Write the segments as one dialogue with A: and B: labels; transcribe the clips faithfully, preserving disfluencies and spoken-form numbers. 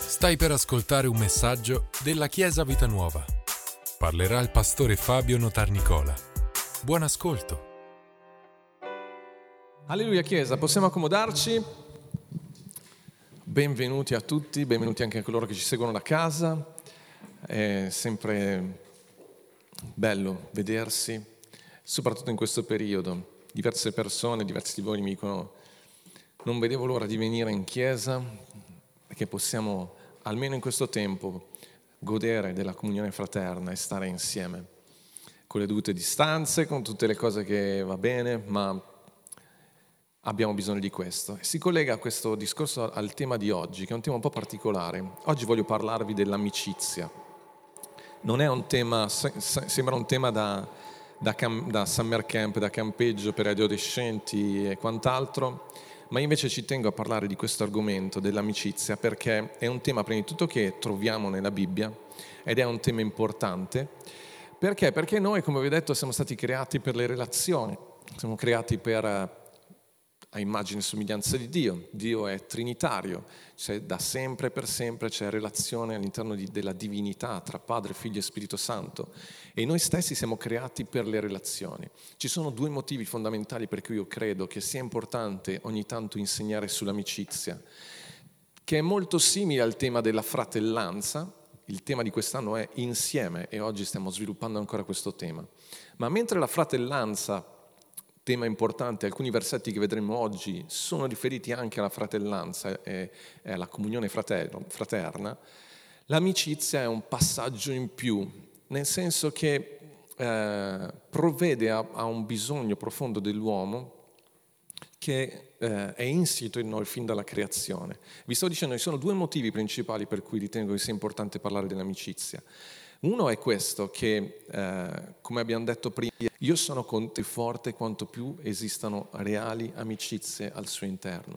A: Stai per ascoltare un messaggio della Chiesa Vita Nuova. Parlerà il pastore Fabio Notarnicola. Buon ascolto.
B: Alleluia Chiesa, possiamo accomodarci? Benvenuti a tutti, benvenuti anche a coloro che ci seguono da casa. È sempre bello vedersi, soprattutto in questo periodo. Diverse persone, diversi di voi mi dicono non vedevo l'ora di venire in chiesa perché possiamo almeno in questo tempo godere della comunione fraterna e stare insieme con le dovute distanze, con tutte le cose che va bene, ma abbiamo bisogno di questo. Si collega questo discorso al tema di oggi, che è un tema un po' particolare. Oggi voglio parlarvi dell'amicizia. Non è un tema, sembra un tema da, da, cam, da summer camp, da campeggio per adolescenti e quant'altro, ma invece ci tengo a parlare di questo argomento dell'amicizia perché è un tema prima di tutto che troviamo nella Bibbia ed è un tema importante. Perché? Perché noi, come vi ho detto, siamo stati creati per le relazioni, siamo creati per a immagine e somiglianza di Dio. Dio è trinitario, cioè da sempre e per sempre c'è relazione all'interno di, della divinità tra Padre, Figlio e Spirito Santo e noi stessi siamo creati per le relazioni. Ci sono due motivi fondamentali per cui io credo che sia importante ogni tanto insegnare sull'amicizia, che è molto simile al tema della fratellanza. Il tema di quest'anno è insieme e oggi stiamo sviluppando ancora questo tema. Ma mentre la fratellanza, tema importante, alcuni versetti che vedremo oggi sono riferiti anche alla fratellanza e alla comunione fraterna, l'amicizia è un passaggio in più, nel senso che eh, provvede a, a un bisogno profondo dell'uomo che eh, è insito in noi fin dalla creazione. Vi sto dicendo, ci sono due motivi principali per cui ritengo che sia importante parlare dell'amicizia. Uno è questo, che eh, come abbiamo detto prima, io sono contento forte quanto più esistano reali amicizie al suo interno.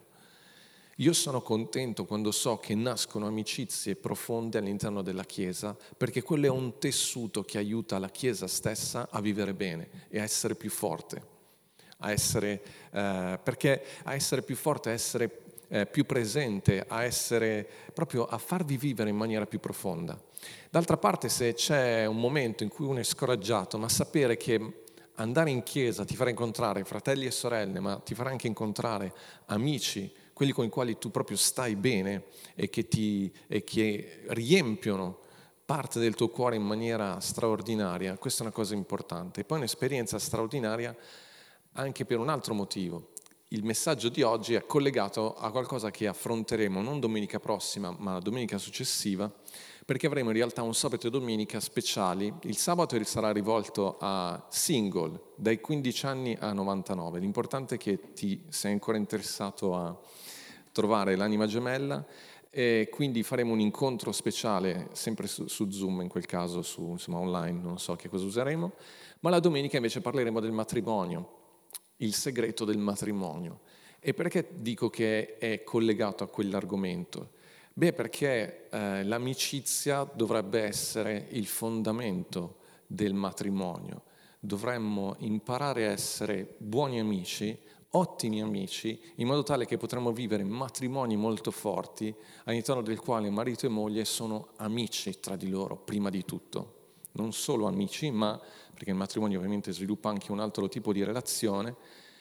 B: Io sono contento quando so che nascono amicizie profonde all'interno della Chiesa, perché quello è un tessuto che aiuta la Chiesa stessa a vivere bene e a essere più forte, a essere, eh, perché a essere più forte, a essere eh, più presente, a essere proprio a farvi vivere in maniera più profonda. D'altra parte, se c'è un momento in cui uno è scoraggiato, ma sapere che andare in chiesa ti farà incontrare fratelli e sorelle, ma ti farà anche incontrare amici, quelli con i quali tu proprio stai bene e che, ti, e che riempiono parte del tuo cuore in maniera straordinaria, questa è una cosa importante. E poi un'esperienza straordinaria anche per un altro motivo. Il messaggio di oggi è collegato a qualcosa che affronteremo non domenica prossima, ma la domenica successiva, perché avremo in realtà un sabato e domenica speciali. Il sabato sarà rivolto a single, dai quindici anni a novantanove. L'importante è che ti sei ancora interessato a trovare l'anima gemella e quindi faremo un incontro speciale, sempre su, su Zoom in quel caso, su, insomma online, non so che cosa useremo, ma la domenica invece parleremo del matrimonio, il segreto del matrimonio. E perché dico che è collegato a quell'argomento? Beh, perché eh, l'amicizia dovrebbe essere il fondamento del matrimonio. Dovremmo imparare a essere buoni amici, ottimi amici, in modo tale che potremmo vivere matrimoni molto forti, all'interno del quale marito e moglie sono amici tra di loro, prima di tutto. Non solo amici, ma perché il matrimonio ovviamente sviluppa anche un altro tipo di relazione,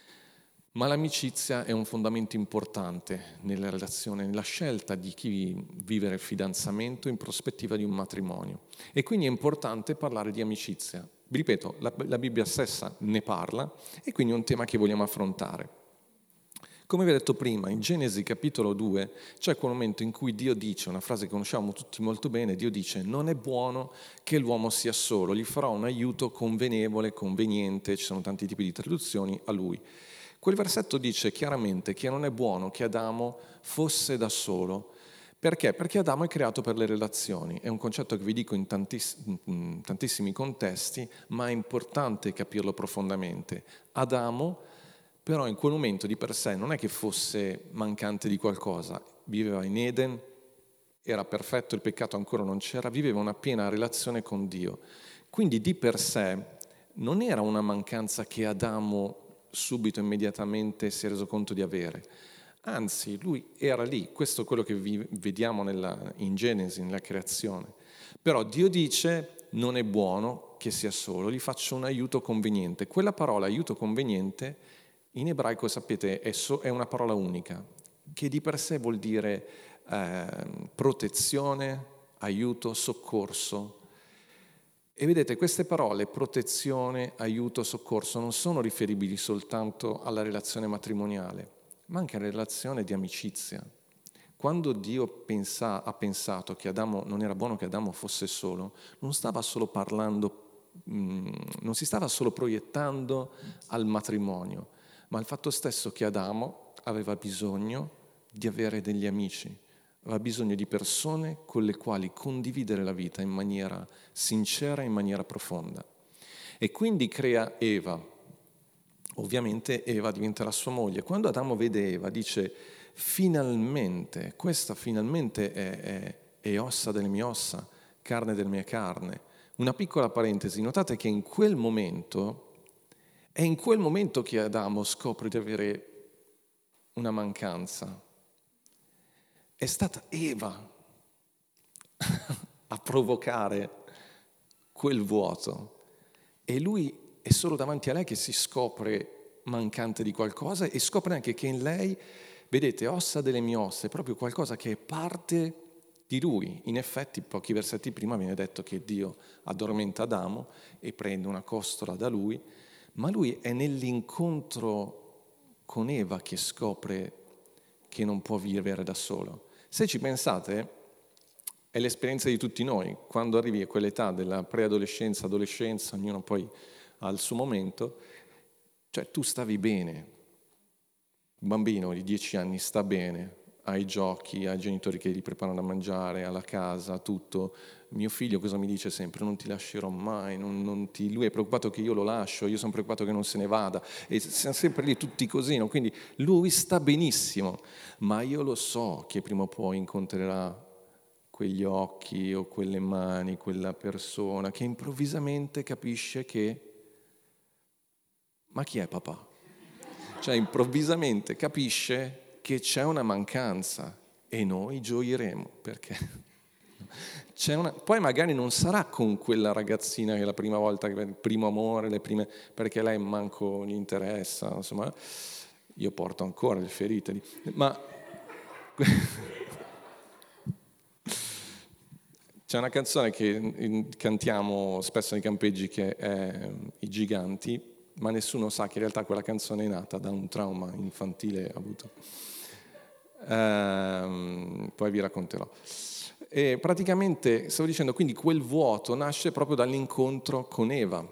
B: ma l'amicizia è un fondamento importante nella relazione, nella scelta di chi vivere il fidanzamento in prospettiva di un matrimonio. E quindi è importante parlare di amicizia. Vi ripeto, la, la Bibbia stessa ne parla e quindi è un tema che vogliamo affrontare. Come vi ho detto prima, in Genesi capitolo due c'è quel momento in cui Dio dice, una frase che conosciamo tutti molto bene, Dio dice non è buono che l'uomo sia solo, gli farò un aiuto convenevole, conveniente, ci sono tanti tipi di traduzioni, a lui. Quel versetto dice chiaramente che non è buono che Adamo fosse da solo. Perché? Perché Adamo è creato per le relazioni. È un concetto che vi dico in, tantiss- in tantissimi contesti, ma è importante capirlo profondamente. Adamo, però, in quel momento di per sé non è che fosse mancante di qualcosa. Viveva in Eden, era perfetto, il peccato ancora non c'era, viveva una piena relazione con Dio. Quindi di per sé non era una mancanza che Adamo subito, immediatamente si è reso conto di avere. Anzi, lui era lì, questo è quello che vi vediamo nella, in Genesi, nella creazione. Però Dio dice, non è buono che sia solo, gli faccio un aiuto conveniente. Quella parola aiuto conveniente in ebraico, sapete, è, so, è una parola unica, che di per sé vuol dire eh, protezione, aiuto, soccorso. E vedete, queste parole, protezione, aiuto, soccorso, non sono riferibili soltanto alla relazione matrimoniale, ma anche alla relazione di amicizia. Quando Dio pensa, ha pensato che Adamo non era buono che Adamo fosse solo, non stava solo parlando, mh, non si stava solo proiettando al matrimonio, ma al fatto stesso che Adamo aveva bisogno di avere degli amici, aveva bisogno di persone con le quali condividere la vita in maniera sincera, in maniera profonda. E quindi crea Eva. Ovviamente Eva diventa la sua moglie. Quando Adamo vede Eva dice finalmente, questa finalmente è, è, è ossa delle mie ossa, carne delle mie carne. Una piccola parentesi, notate che in quel momento, è in quel momento che Adamo scopre di avere una mancanza. È stata Eva a provocare quel vuoto e lui è solo davanti a lei che si scopre mancante di qualcosa e scopre anche che in lei, vedete, ossa delle mie ossa, è proprio qualcosa che è parte di lui. In effetti, pochi versetti prima viene detto che Dio addormenta Adamo e prende una costola da lui, ma lui è nell'incontro con Eva che scopre che non può vivere da solo. Se ci pensate, è l'esperienza di tutti noi. Quando arrivi a quell'età della preadolescenza, adolescenza, ognuno poi al suo momento, cioè tu stavi bene, un bambino di dieci anni sta bene, ha i giochi, ha i genitori che gli preparano da mangiare, ha la casa, tutto. Mio figlio cosa mi dice sempre? Non ti lascerò mai, non, non ti... lui è preoccupato che io lo lascio, io sono preoccupato che non se ne vada, e siamo sempre lì tutti così, no? Quindi lui sta benissimo, ma io lo so che prima o poi incontrerà quegli occhi o quelle mani, quella persona che improvvisamente capisce che ma chi è papà? Cioè improvvisamente capisce che c'è una mancanza e noi gioiremo perché c'è una... Poi magari non sarà con quella ragazzina che è la prima volta, il primo amore, le prime... perché lei manco gli interessa, insomma, io porto ancora le ferite lì. Ma c'è una canzone che cantiamo spesso nei campeggi che è I Giganti, ma nessuno sa che in realtà quella canzone è nata da un trauma infantile avuto. Ehm, poi vi racconterò. E praticamente, stavo dicendo, quindi quel vuoto nasce proprio dall'incontro con Eva.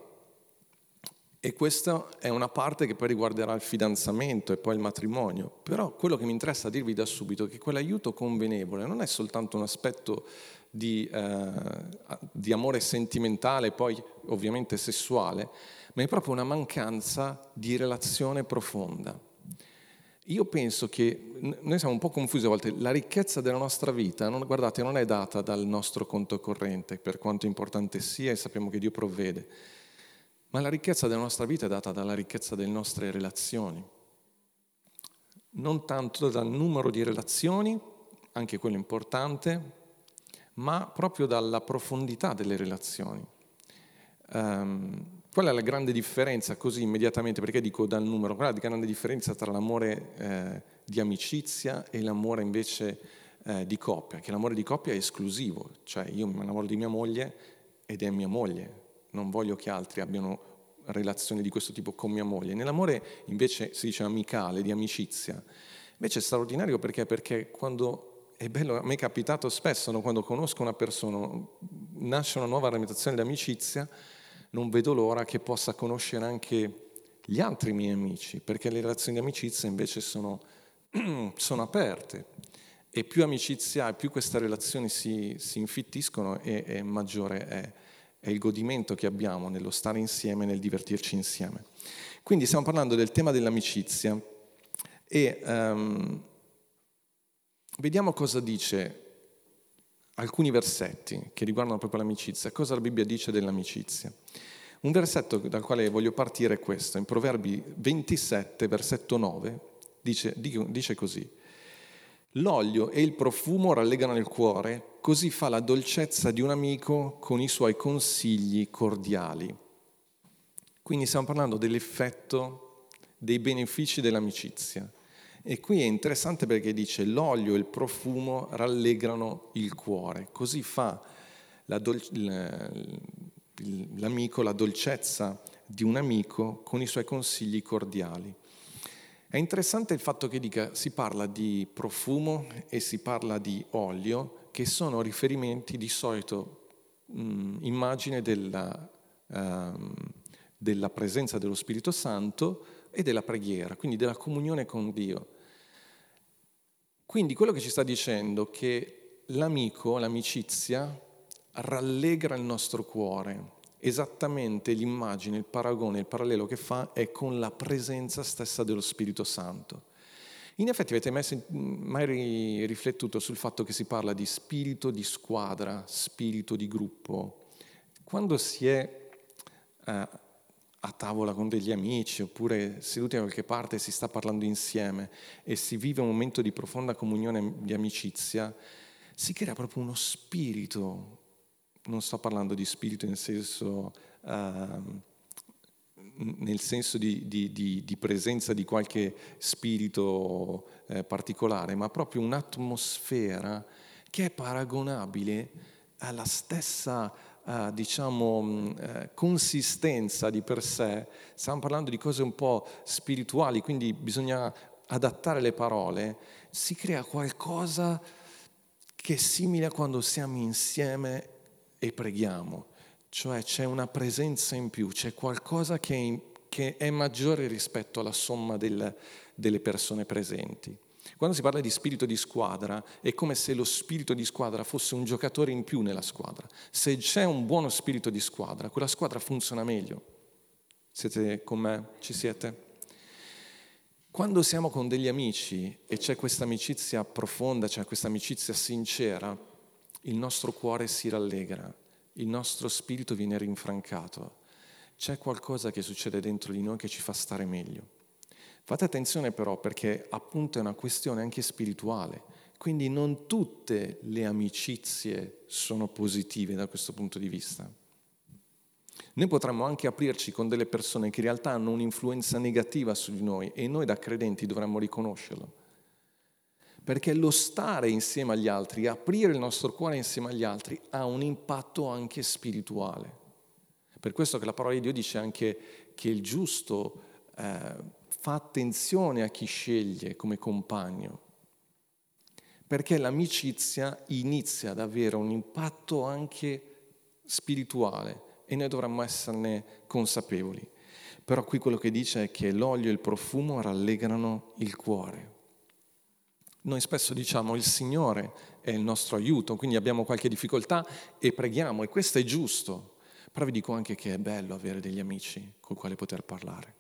B: E questa è una parte che poi riguarderà il fidanzamento e poi il matrimonio. Però quello che mi interessa dirvi da subito è che quell'aiuto convenevole non è soltanto un aspetto di, eh, di amore sentimentale e poi ovviamente sessuale, ma è proprio una mancanza di relazione profonda. Io penso che noi siamo un po' confusi a volte, la ricchezza della nostra vita, non, guardate, non è data dal nostro conto corrente, per quanto importante sia e sappiamo che Dio provvede, ma la ricchezza della nostra vita è data dalla ricchezza delle nostre relazioni. Non tanto dal numero di relazioni, anche quello importante, ma proprio dalla profondità delle relazioni. Um, Qual è la grande differenza, così immediatamente, perché dico dal numero, qual è la grande differenza tra l'amore eh, di amicizia e l'amore invece eh, di coppia? Che l'amore di coppia è esclusivo, cioè io mi innamoro di mia moglie ed è mia moglie, non voglio che altri abbiano relazioni di questo tipo con mia moglie. Nell'amore invece si dice amicale, di amicizia, invece è straordinario perché, perché quando è bello, a me è capitato spesso, no? Quando conosco una persona, nasce una nuova relazione di amicizia, non vedo l'ora che possa conoscere anche gli altri miei amici, perché le relazioni di amicizia invece sono, sono aperte e più amicizia e più queste relazioni si, si infittiscono e, e maggiore è, è il godimento che abbiamo nello stare insieme, nel divertirci insieme. Quindi stiamo parlando del tema dell'amicizia e um, vediamo cosa dice alcuni versetti che riguardano proprio l'amicizia. Cosa la Bibbia dice dell'amicizia? Un versetto dal quale voglio partire è questo. In Proverbi ventisette, versetto nove, dice, dice così: L'olio e il profumo rallegrano il cuore, così fa la dolcezza di un amico con i suoi consigli cordiali. Quindi stiamo parlando dell'effetto, dei benefici dell'amicizia. E qui è interessante perché dice l'olio e il profumo rallegrano il cuore, così fa la dol- l'amico la dolcezza di un amico con i suoi consigli cordiali. È interessante il fatto che dica si parla di profumo e si parla di olio, che sono riferimenti di solito mh, immagine della, uh, della presenza dello Spirito Santo e della preghiera, quindi della comunione con Dio. Quindi quello che ci sta dicendo è che l'amico, l'amicizia, rallegra il nostro cuore. Esattamente l'immagine, il paragone, il parallelo che fa è con la presenza stessa dello Spirito Santo. In effetti avete mai, mai riflettuto sul fatto che si parla di spirito di squadra, spirito di gruppo? Quando si è eh, a tavola con degli amici oppure seduti da qualche parte e si sta parlando insieme e si vive un momento di profonda comunione, di amicizia, si crea proprio uno spirito. Non sto parlando di spirito in senso, uh, nel senso di, di, di, di presenza di qualche spirito eh, particolare, ma proprio un'atmosfera che è paragonabile alla stessa, uh, diciamo, uh, consistenza di per sé. Stiamo parlando di cose un po' spirituali, quindi bisogna adattare le parole. Si crea qualcosa che è simile a quando siamo insieme e preghiamo, cioè c'è una presenza in più, c'è qualcosa che è, in, che è maggiore rispetto alla somma del, delle persone presenti. Quando si parla di spirito di squadra è come se lo spirito di squadra fosse un giocatore in più nella squadra. Se c'è un buono spirito di squadra, quella squadra funziona meglio. Siete con me? Ci siete? Quando siamo con degli amici e c'è questa amicizia profonda, c'è questa amicizia sincera, il nostro cuore si rallegra, il nostro spirito viene rinfrancato. C'è qualcosa che succede dentro di noi che ci fa stare meglio. Fate attenzione però perché appunto è una questione anche spirituale, quindi non tutte le amicizie sono positive da questo punto di vista. Noi potremmo anche aprirci con delle persone che in realtà hanno un'influenza negativa su di noi e noi da credenti dovremmo riconoscerlo. Perché lo stare insieme agli altri, aprire il nostro cuore insieme agli altri, ha un impatto anche spirituale. Per questo che la parola di Dio dice anche che il giusto eh, fa attenzione a chi sceglie come compagno. Perché l'amicizia inizia ad avere un impatto anche spirituale e noi dovremmo esserne consapevoli. Però qui quello che dice è che l'olio e il profumo rallegrano il cuore. Noi spesso diciamo il Signore è il nostro aiuto, quindi abbiamo qualche difficoltà e preghiamo, e questo è giusto. Però vi dico anche che è bello avere degli amici con i quali poter parlare.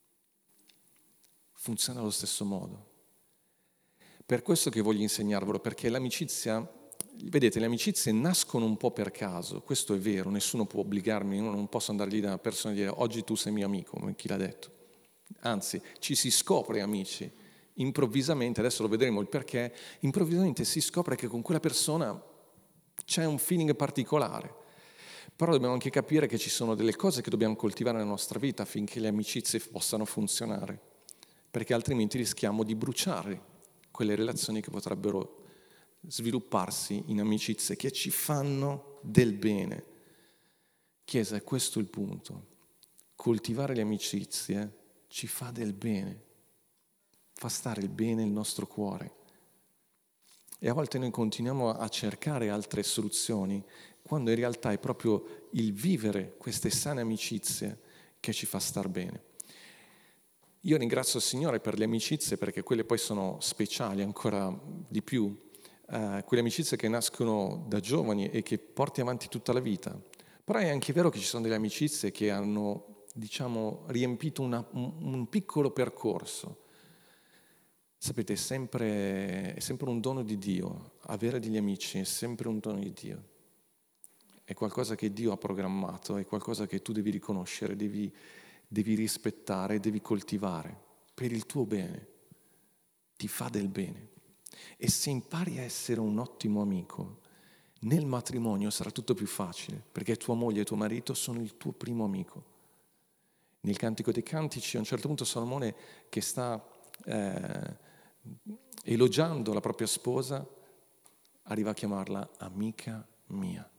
B: Funziona allo stesso modo. Per questo che voglio insegnarvelo, perché l'amicizia, vedete, le amicizie nascono un po' per caso, questo è vero, nessuno può obbligarmi, io non posso andare lì da una persona e dire oggi tu sei mio amico, come chi l'ha detto. Anzi, ci si scopre amici. Improvvisamente, adesso lo vedremo il perché, improvvisamente si scopre che con quella persona c'è un feeling particolare. Però dobbiamo anche capire che ci sono delle cose che dobbiamo coltivare nella nostra vita affinché le amicizie possano funzionare, perché altrimenti rischiamo di bruciare quelle relazioni che potrebbero svilupparsi in amicizie che ci fanno del bene. Chiesa, è questo il punto. Coltivare le amicizie ci fa del bene. Fa stare il bene il nostro cuore. E a volte noi continuiamo a cercare altre soluzioni, quando in realtà è proprio il vivere queste sane amicizie che ci fa star bene. Io ringrazio il Signore per le amicizie, perché quelle poi sono speciali ancora di più, eh, quelle amicizie che nascono da giovani e che porti avanti tutta la vita. Però è anche vero che ci sono delle amicizie che hanno, diciamo, riempito una, un, un piccolo percorso. Sapete, è sempre, è sempre un dono di Dio, avere degli amici è sempre un dono di Dio. È qualcosa che Dio ha programmato, è qualcosa che tu devi riconoscere, devi, devi rispettare, devi coltivare per il tuo bene. Ti fa del bene. E se impari a essere un ottimo amico, nel matrimonio sarà tutto più facile, perché tua moglie e tuo marito sono il tuo primo amico. Nel Cantico dei Cantici, a un certo punto Salomone, che sta eh, elogiando la propria sposa, arriva a chiamarla amica mia.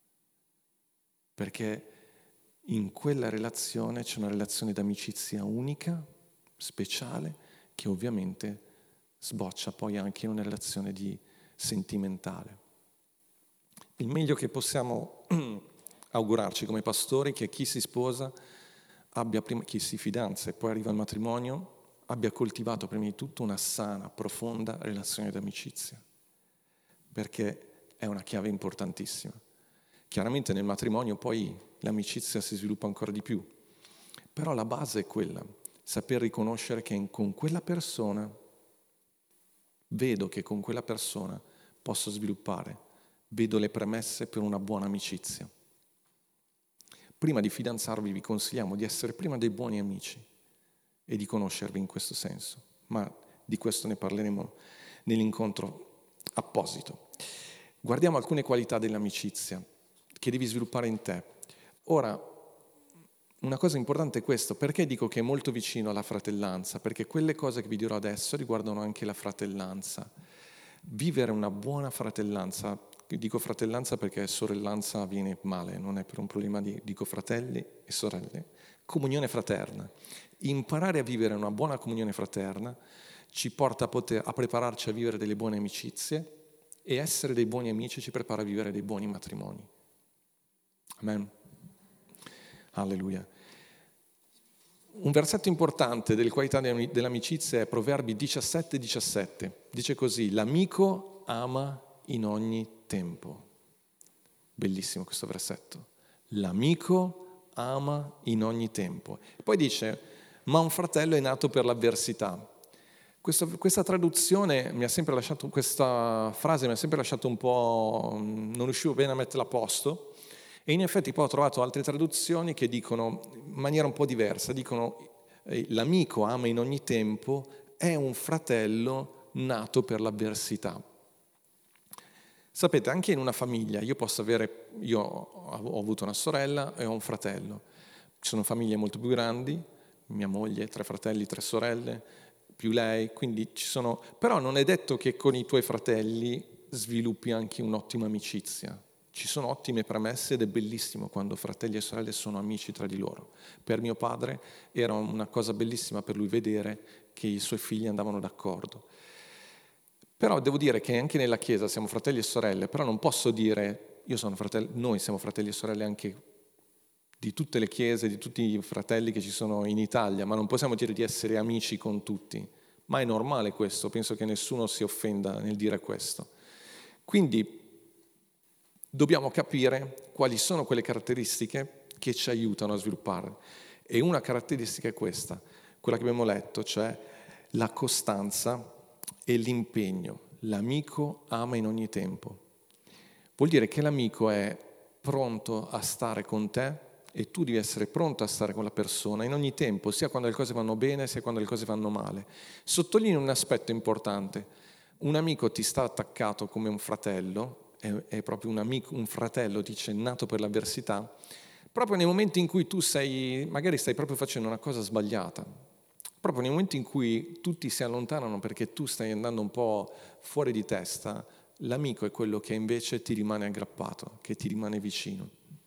B: Perché in quella relazione c'è una relazione d'amicizia unica, speciale, che ovviamente sboccia poi anche in una relazione di sentimentale. Il meglio che possiamo augurarci come pastori è che chi si sposa abbia prima, chi si fidanza e poi arriva al matrimonio, abbia coltivato prima di tutto una sana, profonda relazione d'amicizia, perché è una chiave importantissima. Chiaramente nel matrimonio poi l'amicizia si sviluppa ancora di più, però la base è quella, saper riconoscere che con quella persona, vedo che con quella persona posso sviluppare, vedo le premesse per una buona amicizia. Prima di fidanzarvi vi consigliamo di essere prima dei buoni amici e di conoscervi in questo senso, ma di questo ne parleremo nell'incontro apposito. Guardiamo alcune qualità dell'amicizia che devi sviluppare in te. Ora, una cosa importante è questo, perché dico che è molto vicino alla fratellanza? Perché quelle cose che vi dirò adesso riguardano anche la fratellanza. Vivere una buona fratellanza, dico fratellanza perché sorellanza viene male, non è per un problema di, dico fratelli e sorelle, comunione fraterna. Imparare a vivere una buona comunione fraterna ci porta a, poter, a prepararci a vivere delle buone amicizie e essere dei buoni amici ci prepara a vivere dei buoni matrimoni. Amen. Alleluia. Un versetto importante delle qualità dell'amicizia è Proverbi diciassette diciassette. Dice così: l'amico ama in ogni tempo. Bellissimo questo versetto. L'amico ama in ogni tempo. Poi dice: ma un fratello è nato per l'avversità. Questa, questa traduzione mi ha sempre lasciato, questa frase mi ha sempre lasciato un po', non riuscivo bene a metterla a posto. E in effetti poi ho trovato altre traduzioni che dicono in maniera un po' diversa, dicono eh, l'amico ama in ogni tempo, è un fratello nato per l'avversità. Sapete, anche in una famiglia, io posso avere, io ho avuto una sorella e ho un fratello, ci sono famiglie molto più grandi, mia moglie, tre fratelli, tre sorelle, più lei, quindi ci sono, però non è detto che con i tuoi fratelli sviluppi anche un'ottima amicizia. Ci sono ottime premesse ed è bellissimo quando fratelli e sorelle sono amici tra di loro. Per mio padre era una cosa bellissima per lui vedere che i suoi figli andavano d'accordo. Però devo dire che anche nella Chiesa siamo fratelli e sorelle, però non posso dire, io sono fratello, noi siamo fratelli e sorelle anche di tutte le chiese, di tutti i fratelli che ci sono in Italia, ma non possiamo dire di essere amici con tutti. Ma è normale questo, penso che nessuno si offenda nel dire questo. Quindi dobbiamo capire quali sono quelle caratteristiche che ci aiutano a sviluppare. E una caratteristica è questa, quella che abbiamo letto, cioè la costanza e l'impegno. L'amico ama in ogni tempo. Vuol dire che l'amico è pronto a stare con te e tu devi essere pronto a stare con la persona in ogni tempo, sia quando le cose vanno bene, sia quando le cose vanno male. Sottolineo un aspetto importante. Un amico ti sta attaccato come un fratello, è proprio un amico, un fratello, dice, nato per l'avversità, proprio nei momenti in cui tu sei, magari stai proprio facendo una cosa sbagliata, proprio nei momenti in cui tutti si allontanano perché tu stai andando un po' fuori di testa, l'amico è quello che invece ti rimane aggrappato, che ti rimane vicino,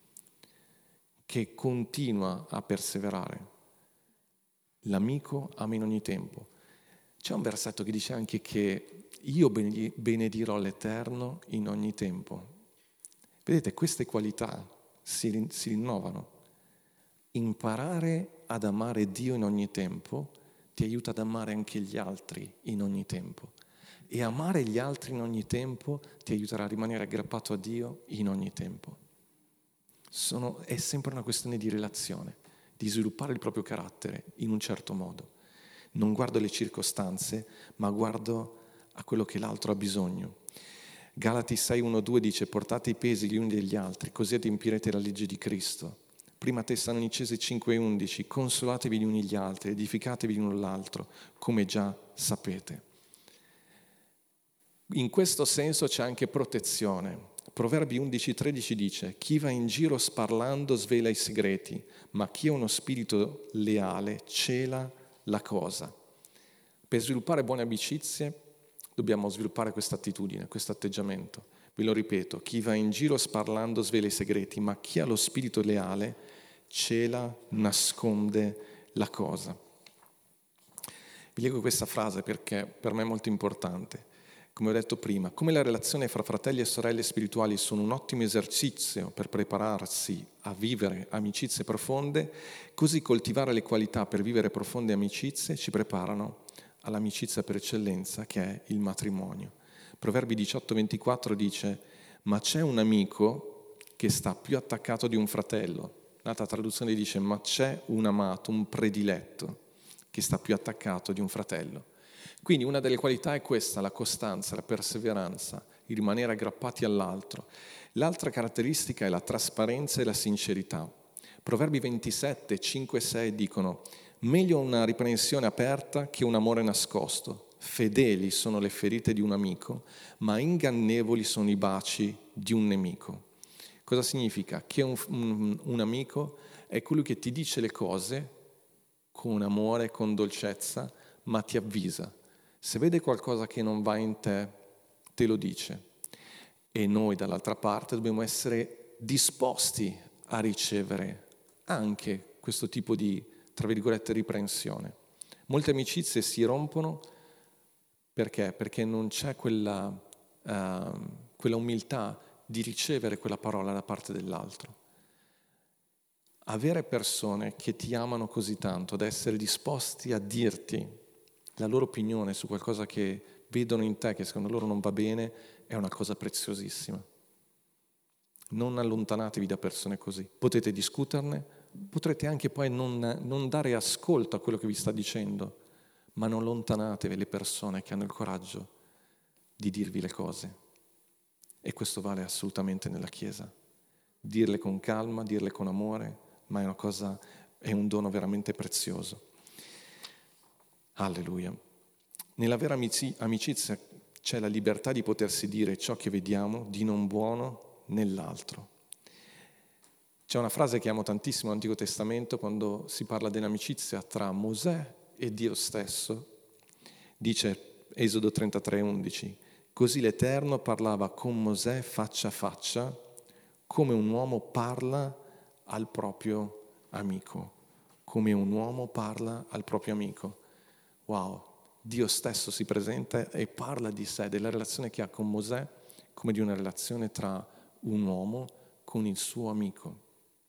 B: che continua a perseverare. L'amico ama in ogni tempo. C'è un versetto che dice anche che io benedirò l'Eterno in ogni tempo. Vedete, queste qualità si, si rinnovano. Imparare ad amare Dio in ogni tempo ti aiuta ad amare anche gli altri in ogni tempo. E amare gli altri in ogni tempo ti aiuterà a rimanere aggrappato a Dio in ogni tempo. Sono, è sempre una questione di relazione, di sviluppare il proprio carattere in un certo modo. Non guardo le circostanze, ma guardo a quello che l'altro ha bisogno. Galati sei uno due dice: portate i pesi gli uni degli altri, così adempirete la legge di Cristo. Prima Tessalonicesi cinque undici: consolatevi gli uni gli altri, edificatevi l'uno l'altro, come già sapete. In questo senso c'è anche protezione. Proverbi undici tredici dice: chi va in giro sparlando svela i segreti, ma chi ha uno spirito leale cela la cosa. Per sviluppare buone amicizie dobbiamo sviluppare questa attitudine, questo atteggiamento. Ve lo ripeto: chi va in giro sparlando svela i segreti, ma chi ha lo spirito leale cela, nasconde la cosa. Vi leggo questa frase perché per me è molto importante. Come ho detto prima, come la relazione fra fratelli e sorelle spirituali sono un ottimo esercizio per prepararsi a vivere amicizie profonde, così coltivare le qualità per vivere profonde amicizie ci preparano all'amicizia per eccellenza che è il matrimonio. Proverbi diciotto ventiquattro dice: ma c'è un amico che sta più attaccato di un fratello. L'altra traduzione dice: ma c'è un amato, un prediletto che sta più attaccato di un fratello. Quindi una delle qualità è questa, la costanza, la perseveranza, il rimanere aggrappati all'altro. L'altra caratteristica è la trasparenza e la sincerità. Proverbi ventisette, cinque e sei dicono: meglio una riprensione aperta che un amore nascosto. Fedeli sono le ferite di un amico, ma ingannevoli sono i baci di un nemico. Cosa significa? Che un, un, un amico è colui che ti dice le cose con amore, con dolcezza, ma ti avvisa. Se vede qualcosa che non va in te, te lo dice. E noi dall'altra parte dobbiamo essere disposti a ricevere anche questo tipo di, tra virgolette, riprensione. Molte amicizie si rompono perché? Perché non c'è quella, uh, quella umiltà di ricevere quella parola da parte dell'altro. Avere persone che ti amano così tanto da essere disposti a dirti la loro opinione su qualcosa che vedono in te che secondo loro non va bene è una cosa preziosissima. Non allontanatevi da persone così. Potete discuterne, potrete anche poi non, non dare ascolto a quello che vi sta dicendo, ma non allontanatevi le persone che hanno il coraggio di dirvi le cose. E questo vale assolutamente nella Chiesa. Dirle con calma, dirle con amore, ma è una cosa, è un dono veramente prezioso. Alleluia. Nella vera amicizia c'è la libertà di potersi dire ciò che vediamo di non buono nell'altro. C'è una frase che amo tantissimo nell'Antico Testamento quando si parla dell'amicizia tra Mosè e Dio stesso. Dice Esodo trentatré undici: così l'Eterno parlava con Mosè faccia a faccia, come un uomo parla al proprio amico. Come un uomo parla al proprio amico. Wow, Dio stesso si presenta e parla di sé, della relazione che ha con Mosè, come di una relazione tra un uomo con il suo amico.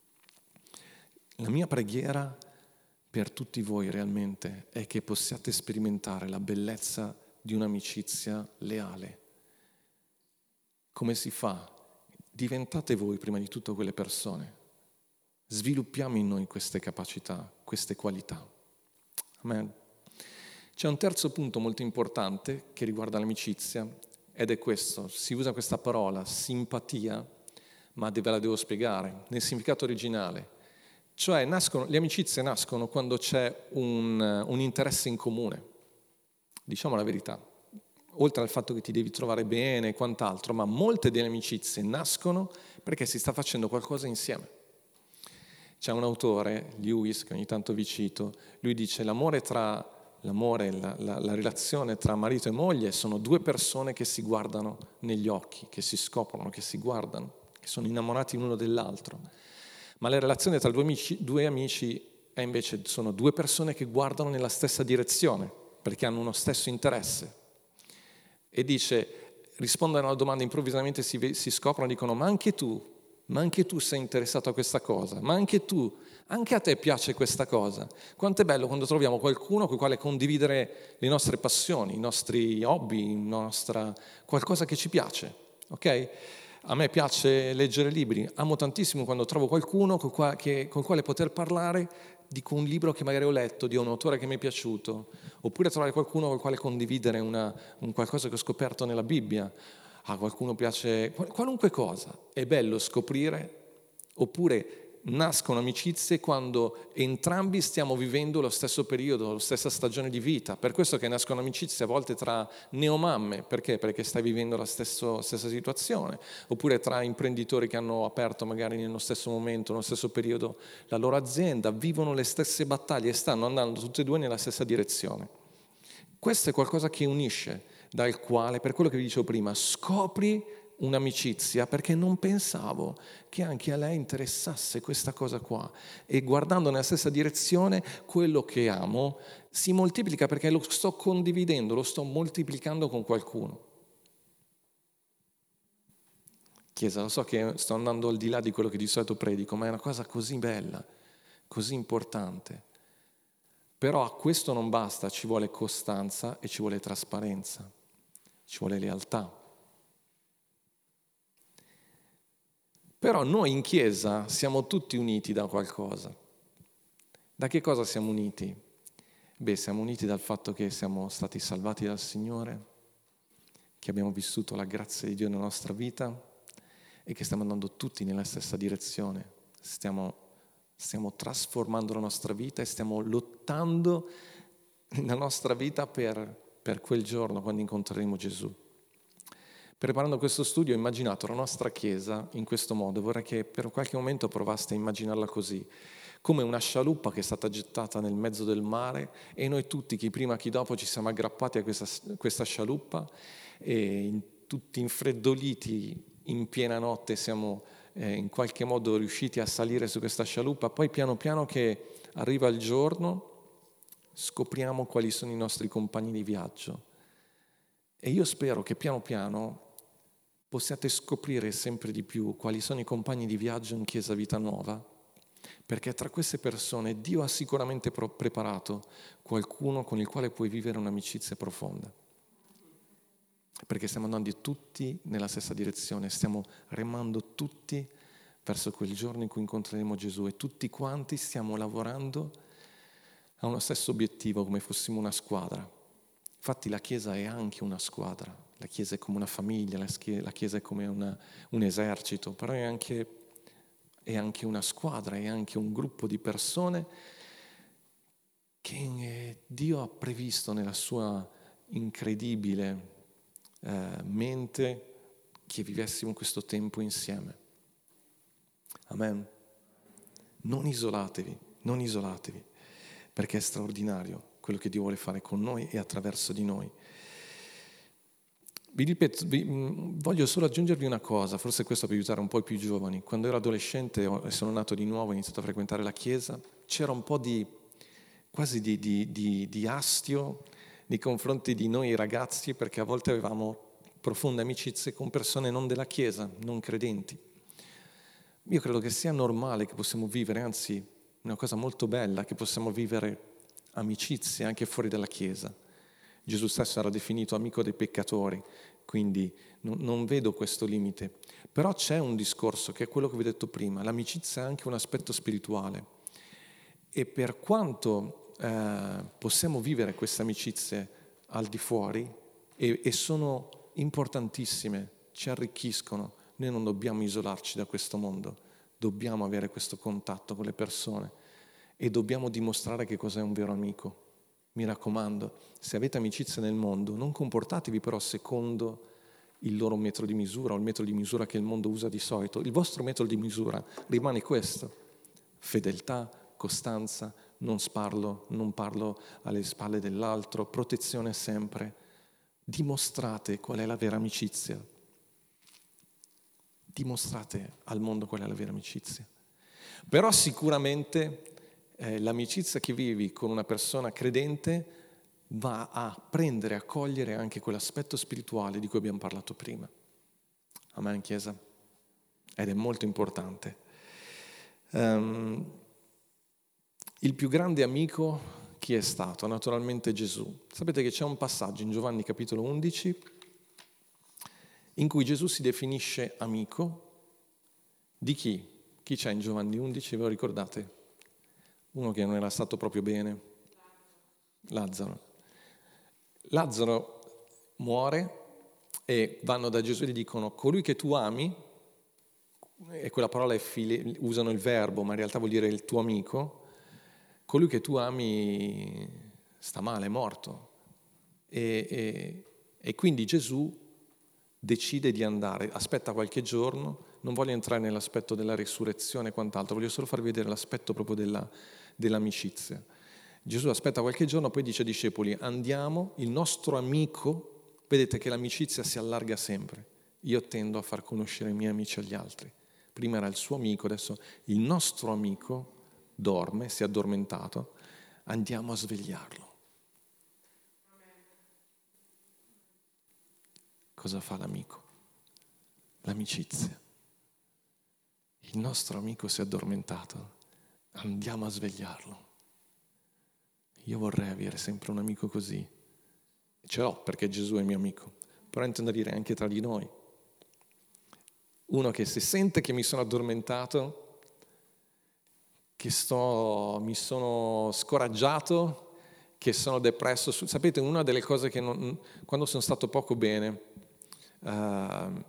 B: La mia preghiera per tutti voi realmente è che possiate sperimentare la bellezza di un'amicizia leale. Come si fa? Diventate voi prima di tutto quelle persone. Sviluppiamo in noi queste capacità, queste qualità. Amen. C'è un terzo punto molto importante che riguarda l'amicizia ed è questo. Si usa questa parola, simpatia, ma ve la devo spiegare, nel significato originale. Cioè nascono, le amicizie nascono quando c'è un, un interesse in comune. Diciamo la verità. Oltre al fatto che ti devi trovare bene e quant'altro, ma molte delle amicizie nascono perché si sta facendo qualcosa insieme. C'è un autore, Lewis, che ogni tanto vi cito, lui dice l'amore tra l'amore, la, la, la relazione tra marito e moglie sono due persone che si guardano negli occhi, che si scoprono, che si guardano, che sono innamorati l'uno dell'altro. Ma la relazione tra due amici, due amici è invece sono due persone che guardano nella stessa direzione, perché hanno uno stesso interesse. E dice, rispondono alla domanda, improvvisamente si, si scoprono e dicono, ma anche tu, ma anche tu sei interessato a questa cosa, ma anche tu, anche a te piace questa cosa. Quanto è bello quando troviamo qualcuno con il quale condividere le nostre passioni, i nostri hobby, nostra, qualcosa che ci piace, ok? A me piace leggere libri, amo tantissimo quando trovo qualcuno con il quale poter parlare di un libro che magari ho letto, di un autore che mi è piaciuto, oppure trovare qualcuno con il quale condividere una, un qualcosa che ho scoperto nella Bibbia. A qualcuno piace qualunque cosa. È bello scoprire, oppure nascono amicizie quando entrambi stiamo vivendo lo stesso periodo, la stessa stagione di vita. Per questo che nascono amicizie a volte tra neomamme. Perché? Perché stai vivendo la stesso, stessa situazione. Oppure tra imprenditori che hanno aperto magari nello stesso momento, nello stesso periodo la loro azienda, vivono le stesse battaglie e stanno andando tutti e due nella stessa direzione. Questo è qualcosa che unisce, dal quale, per quello che vi dicevo prima, scopri un'amicizia, perché non pensavo che anche a lei interessasse questa cosa qua, e guardando nella stessa direzione quello che amo si moltiplica perché lo sto condividendo, lo sto moltiplicando con qualcuno. Chiesa, lo so che sto andando al di là di quello che di solito predico, ma è una cosa così bella, così importante. Però a questo non basta, ci vuole costanza e ci vuole trasparenza, ci vuole lealtà. Però noi in Chiesa siamo tutti uniti da qualcosa. Da che cosa siamo uniti? Beh, siamo uniti dal fatto che siamo stati salvati dal Signore, che abbiamo vissuto la grazia di Dio nella nostra vita e che stiamo andando tutti nella stessa direzione. Stiamo, stiamo trasformando la nostra vita e stiamo lottando nella nostra vita per, per quel giorno quando incontreremo Gesù. Preparando questo studio ho immaginato la nostra Chiesa in questo modo. Vorrei che per qualche momento provaste a immaginarla così, come una scialuppa che è stata gettata nel mezzo del mare e noi tutti, chi prima chi dopo, ci siamo aggrappati a questa, questa scialuppa e in, tutti infreddoliti in piena notte siamo eh, in qualche modo riusciti a salire su questa scialuppa. Poi piano piano che arriva il giorno scopriamo quali sono i nostri compagni di viaggio e io spero che piano piano possiate scoprire sempre di più quali sono i compagni di viaggio in Chiesa Vita Nuova, perché tra queste persone Dio ha sicuramente preparato qualcuno con il quale puoi vivere un'amicizia profonda, perché stiamo andando tutti nella stessa direzione, stiamo remando tutti verso quel giorno in cui incontreremo Gesù e tutti quanti stiamo lavorando a uno stesso obiettivo, come fossimo una squadra. Infatti la Chiesa è anche una squadra. La Chiesa è come una famiglia, la Chiesa è come una, un esercito, però è anche, è anche una squadra, è anche un gruppo di persone che Dio ha previsto nella sua incredibile eh, mente che vivessimo questo tempo insieme. Amen. Non isolatevi, non isolatevi, perché è straordinario quello che Dio vuole fare con noi e attraverso di noi. Vi ripeto, vi, voglio solo aggiungervi una cosa, forse questo per aiutare un po' i più giovani. Quando ero adolescente e sono nato di nuovo, ho iniziato a frequentare la Chiesa, c'era un po' di, quasi di, di, di, di astio nei confronti di noi ragazzi, perché a volte avevamo profonde amicizie con persone non della Chiesa, non credenti. Io credo che sia normale che possiamo vivere, anzi una cosa molto bella, che possiamo vivere amicizie anche fuori dalla Chiesa. Gesù stesso era definito amico dei peccatori, quindi non, non vedo questo limite. Però c'è un discorso che è quello che vi ho detto prima, l'amicizia è anche un aspetto spirituale. E per quanto eh, possiamo vivere queste amicizie al di fuori, e, e sono importantissime, ci arricchiscono, noi non dobbiamo isolarci da questo mondo, dobbiamo avere questo contatto con le persone e dobbiamo dimostrare che cos'è un vero amico. Mi raccomando, se avete amicizia nel mondo, non comportatevi però secondo il loro metro di misura o il metro di misura che il mondo usa di solito. Il vostro metro di misura rimane questo: fedeltà, costanza, non sparlo, non parlo alle spalle dell'altro, protezione sempre. Dimostrate qual è la vera amicizia. Dimostrate al mondo qual è la vera amicizia. Però sicuramente Eh, l'amicizia che vivi con una persona credente va a prendere e a cogliere anche quell'aspetto spirituale di cui abbiamo parlato prima. Amen, Chiesa? Ed è molto importante. Um, il più grande amico chi è stato? Naturalmente Gesù. Sapete che c'è un passaggio in Giovanni capitolo undici in cui Gesù si definisce amico di chi? Chi c'è in Giovanni undici, ve lo ricordate? Uno che non era stato proprio bene, Lazzaro. Lazzaro muore e vanno da Gesù e gli dicono: colui che tu ami, e quella parola è file, usano il verbo, ma in realtà vuol dire il tuo amico, colui che tu ami sta male, è morto. E, e, e quindi Gesù decide di andare, aspetta qualche giorno, non voglio entrare nell'aspetto della risurrezione e quant'altro, voglio solo farvi vedere l'aspetto proprio della, dell'amicizia. Gesù aspetta qualche giorno, poi dice ai discepoli, andiamo, il nostro amico, vedete che l'amicizia si allarga sempre, io tendo a far conoscere i miei amici agli altri. Prima era il suo amico, adesso il nostro amico dorme, si è addormentato, andiamo a svegliarlo. Cosa fa l'amico? L'amicizia. Il nostro amico si è addormentato, andiamo a svegliarlo. Io vorrei avere sempre un amico così. Ce l'ho perché Gesù è mio amico, però intendo dire anche tra di noi. Uno che se sente che mi sono addormentato, che sto, mi sono scoraggiato, che sono depresso. Sapete, una delle cose che non, quando sono stato poco bene, uh, un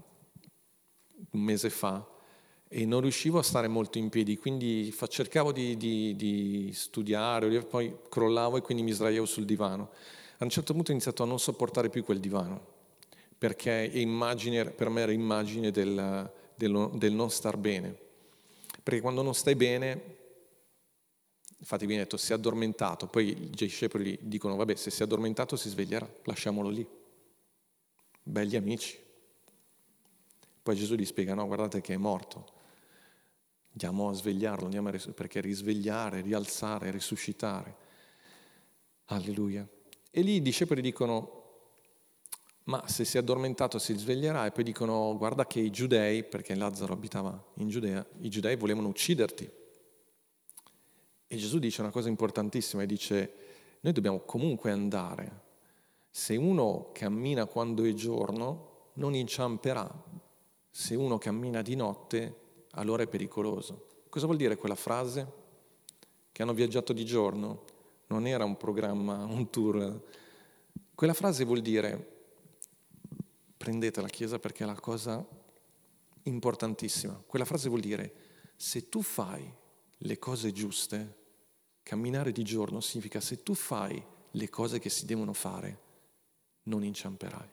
B: mese fa, e non riuscivo a stare molto in piedi, quindi fa, cercavo di, di, di studiare, poi crollavo e quindi mi sdraiavo sul divano. A un certo punto ho iniziato a non sopportare più quel divano, perché immagine, per me era immagine del, del, del non star bene. Perché quando non stai bene, infatti viene detto, si è addormentato, poi i discepoli dicono, vabbè, se si è addormentato si sveglierà, lasciamolo lì. Belli amici. Poi Gesù gli spiega, no, guardate che è morto. Andiamo a svegliarlo, andiamo a ris- perché risvegliare, rialzare, risuscitare. Alleluia. E lì i discepoli dicono, ma se si è addormentato si sveglierà, e poi dicono, guarda che i giudei, perché Lazzaro abitava in Giudea, i giudei volevano ucciderti. E Gesù dice una cosa importantissima, e dice, noi dobbiamo comunque andare. Se uno cammina quando è giorno, non inciamperà. Se uno cammina di notte, allora è pericoloso. Cosa vuol dire quella frase? Che hanno viaggiato di giorno? Non era un programma, un tour. Quella frase vuol dire, prendete la Chiesa perché è la cosa importantissima. Quella frase vuol dire, se tu fai le cose giuste, camminare di giorno significa se tu fai le cose che si devono fare, non inciamperai.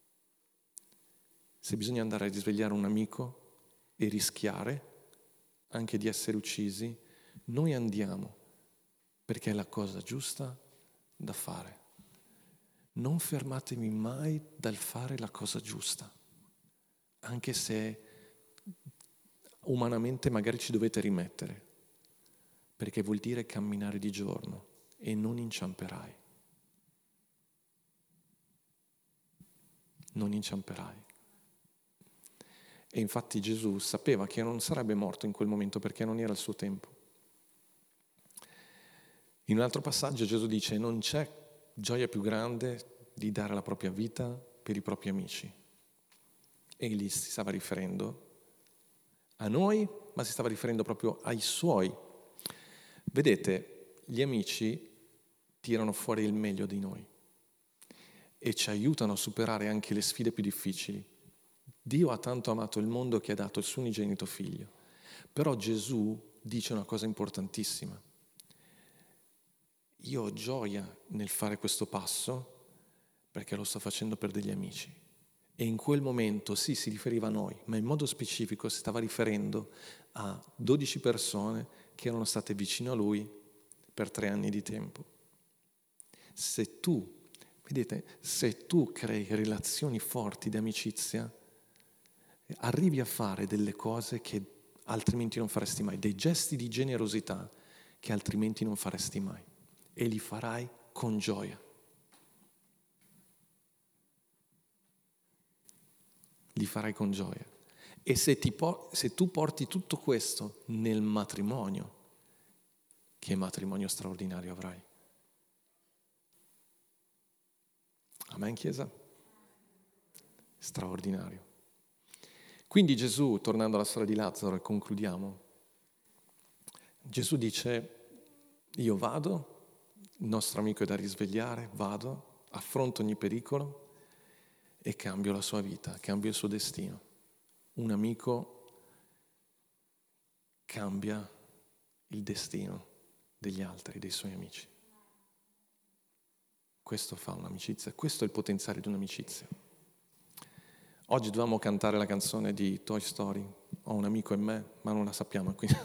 B: Se bisogna andare a risvegliare un amico e rischiare anche di essere uccisi, noi andiamo perché è la cosa giusta da fare. Non fermatemi mai dal fare la cosa giusta, anche se umanamente magari ci dovete rimettere, perché vuol dire camminare di giorno e non inciamperai. Non inciamperai. E infatti Gesù sapeva che non sarebbe morto in quel momento perché non era il suo tempo. In un altro passaggio Gesù dice, non c'è gioia più grande di dare la propria vita per i propri amici. Egli si stava riferendo a noi, ma si stava riferendo proprio ai suoi. Vedete, gli amici tirano fuori il meglio di noi e ci aiutano a superare anche le sfide più difficili. Dio ha tanto amato il mondo che ha dato il suo unigenito figlio. Però Gesù dice una cosa importantissima. Io ho gioia nel fare questo passo perché lo sto facendo per degli amici. E in quel momento sì, si riferiva a noi, ma in modo specifico si stava riferendo a dodici persone che erano state vicino a lui per tre anni di tempo. Se tu, vedete, se tu crei relazioni forti di amicizia, arrivi a fare delle cose che altrimenti non faresti mai, dei gesti di generosità che altrimenti non faresti mai, e li farai con gioia. Li farai con gioia. E se, ti po- se tu porti tutto questo nel matrimonio, che matrimonio straordinario avrai? Amen, Chiesa? Straordinario. Quindi Gesù, tornando alla storia di Lazzaro, e concludiamo, Gesù dice, io vado, il nostro amico è da risvegliare, vado, affronto ogni pericolo e cambio la sua vita, cambio il suo destino. Un amico cambia il destino degli altri, dei suoi amici. Questo fa un'amicizia, questo è il potenziale di un'amicizia. Oggi dovevamo cantare la canzone di Toy Story, Ho un amico in me, ma non la sappiamo, quindi...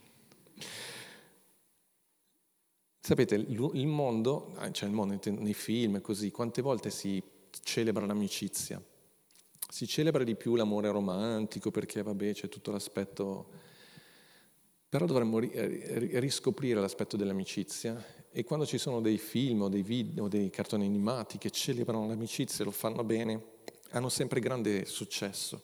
B: Sapete, il mondo, cioè il mondo nei film e così, quante volte si celebra l'amicizia? Si celebra di più l'amore romantico perché, vabbè, c'è tutto l'aspetto... Però dovremmo riscoprire l'aspetto dell'amicizia e quando ci sono dei film o dei video o dei cartoni animati che celebrano l'amicizia e lo fanno bene, hanno sempre grande successo.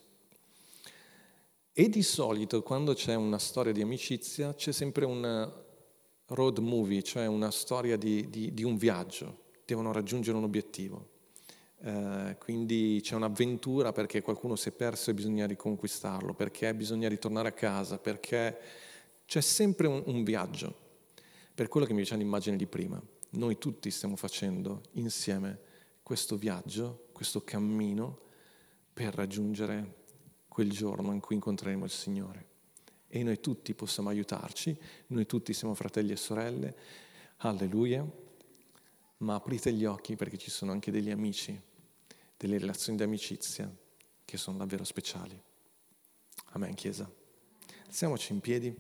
B: E di solito quando c'è una storia di amicizia c'è sempre un road movie, cioè una storia di, di, di un viaggio, devono raggiungere un obiettivo. Eh, quindi c'è un'avventura perché qualcuno si è perso e bisogna riconquistarlo, perché bisogna ritornare a casa, perché c'è sempre un, un viaggio. Per quello che mi diceva l'immagine di prima, noi tutti stiamo facendo insieme questo viaggio, questo cammino per raggiungere quel giorno in cui incontreremo il Signore. E noi tutti possiamo aiutarci, noi tutti siamo fratelli e sorelle, alleluia, ma aprite gli occhi perché ci sono anche degli amici, delle relazioni di amicizia che sono davvero speciali. Amen, Chiesa. Alziamoci in piedi.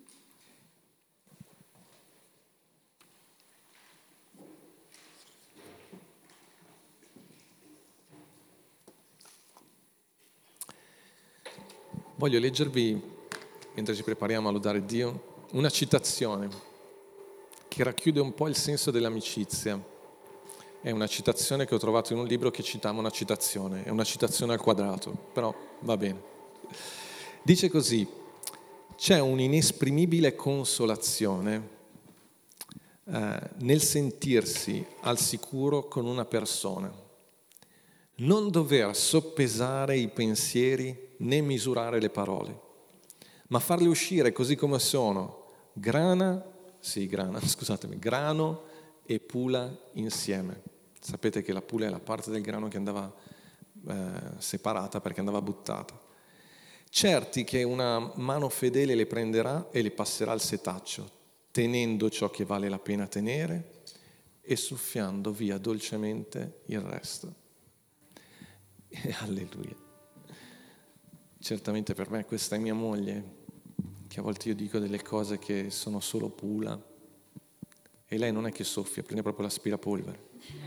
B: Voglio leggervi, mentre ci prepariamo a lodare Dio, una citazione che racchiude un po' il senso dell'amicizia. È una citazione che ho trovato in un libro che citava una citazione, è una citazione al quadrato, però va bene. Dice così: c'è un'inesprimibile consolazione eh, nel sentirsi al sicuro con una persona, non dover soppesare i pensieri né misurare le parole, ma farle uscire così come sono, grana, sì, grana, scusatemi, grano e pula insieme. Sapete che la pula è la parte del grano che andava eh, separata perché andava buttata. Certi che una mano fedele le prenderà e le passerà al setaccio, tenendo ciò che vale la pena tenere e soffiando via dolcemente il resto. E alleluia. Certamente per me questa è mia moglie, che a volte io dico delle cose che sono solo pula e lei non è che soffia, prende proprio l'aspirapolvere,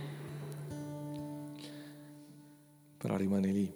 B: però rimane lì.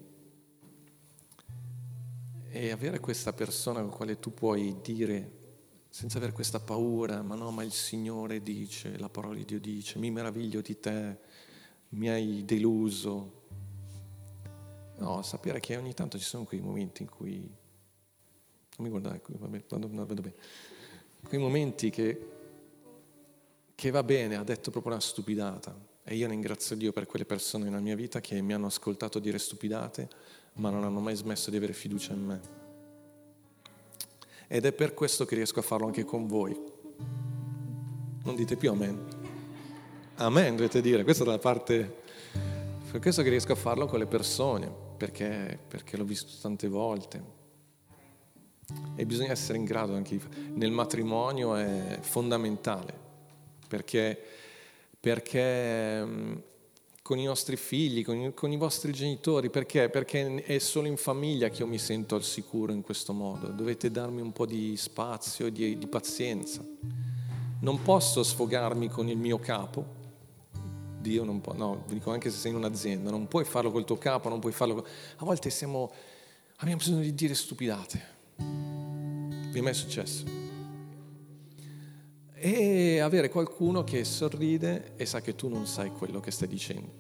B: E avere questa persona con la quale tu puoi dire senza avere questa paura, ma no, ma il Signore dice, la parola di Dio dice, mi meraviglio di te, mi hai deluso. No, sapere che ogni tanto ci sono quei momenti in cui, non mi guardare qui, vabbè, vado, vado bene, quei momenti che, che va bene, ha detto proprio una stupidata, e io ringrazio Dio per quelle persone nella mia vita che mi hanno ascoltato dire stupidate, ma non hanno mai smesso di avere fiducia in me. Ed è per questo che riesco a farlo anche con voi. Non dite più amen. Amen dovete dire, questa è la parte, per questo che riesco a farlo con le persone, perché, perché l'ho visto tante volte. E bisogna essere in grado anche nel matrimonio, è fondamentale, perché, perché con i nostri figli, con i, con i vostri genitori, perché? Perché è solo in famiglia che io mi sento al sicuro in questo modo. Dovete darmi un po' di spazio e di, di pazienza. Non posso sfogarmi con il mio capo. Dio non può, no, dico anche se sei in un'azienda, non puoi farlo col tuo capo, non puoi farlo con... A volte siamo, abbiamo bisogno di dire stupidate. Vi è mai successo? E avere qualcuno che sorride e sa che tu non sai quello che stai dicendo.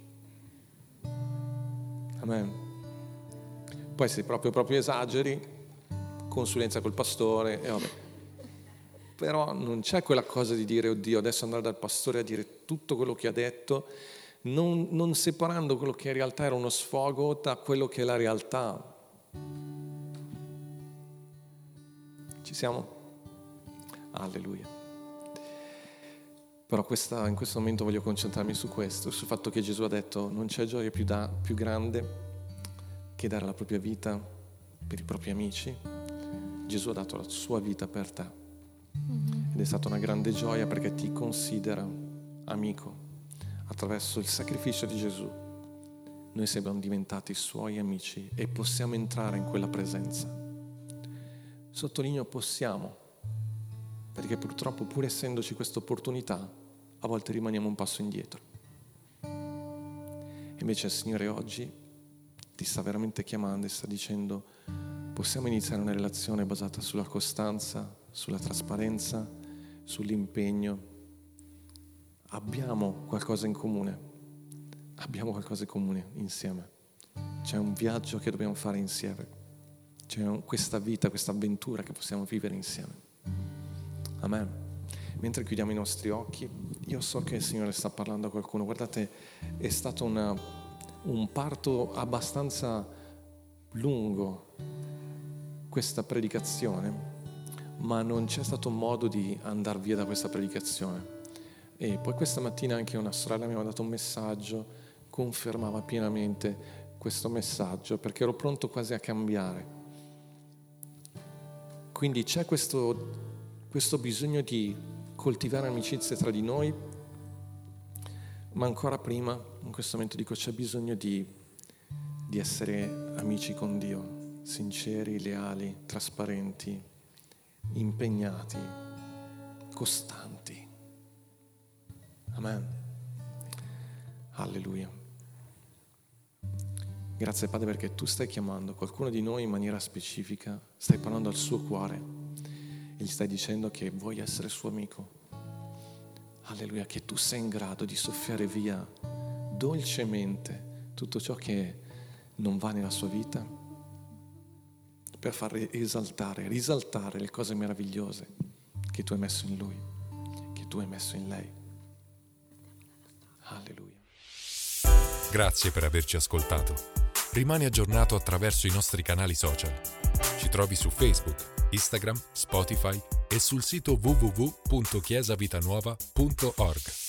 B: Amen. Poi se proprio, proprio esageri, consulenza col pastore e vabbè. Però non c'è quella cosa di dire, oddio, adesso andare dal pastore a dire tutto quello che ha detto, non, non separando quello che in realtà era uno sfogo da quello che è la realtà. Ci siamo? Alleluia. Però questa, in questo momento voglio concentrarmi su questo, sul fatto che Gesù ha detto non c'è gioia più, da, più grande che dare la propria vita per i propri amici. Gesù ha dato la sua vita per te.
C: Mhm.
B: Ed è stata una grande gioia perché ti considera amico. Attraverso il sacrificio di Gesù noi siamo diventati suoi amici e possiamo entrare in quella presenza. Sottolineo possiamo, perché purtroppo, pur essendoci questa opportunità, a volte rimaniamo un passo indietro. Invece il Signore oggi ti sta veramente chiamando e sta dicendo: possiamo iniziare una relazione basata sulla costanza, sulla trasparenza, sull'impegno. Abbiamo qualcosa in comune, abbiamo qualcosa in comune insieme. C'è un viaggio che dobbiamo fare insieme, c'è un, questa vita, questa avventura che possiamo vivere insieme. Amen. Mentre chiudiamo i nostri occhi, io so che il Signore sta parlando a qualcuno. Guardate, è stato una, un parto abbastanza lungo questa predicazione, ma non c'è stato modo di andare via da questa predicazione. E poi questa mattina anche una sorella mi ha dato un messaggio, confermava pienamente questo messaggio, perché ero pronto quasi a cambiare. Quindi c'è questo, questo bisogno di coltivare amicizie tra di noi, ma ancora prima, in questo momento dico, c'è bisogno di, di essere amici con Dio, sinceri, leali, trasparenti, impegnati, costanti. Amen. Alleluia. Grazie Padre perché tu stai chiamando qualcuno di noi in maniera specifica, stai parlando al suo cuore e gli stai dicendo che vuoi essere suo amico. Alleluia, che tu sei in grado di soffiare via dolcemente tutto ciò che non va nella sua vita per far esaltare, risaltare le cose meravigliose che tu hai messo in lui, che tu hai messo in lei. Alleluia.
A: Grazie per averci ascoltato. Rimani aggiornato attraverso i nostri canali social. Ci trovi su Facebook, Instagram, Spotify e sul sito w w w punto chiesa vita nuova punto org.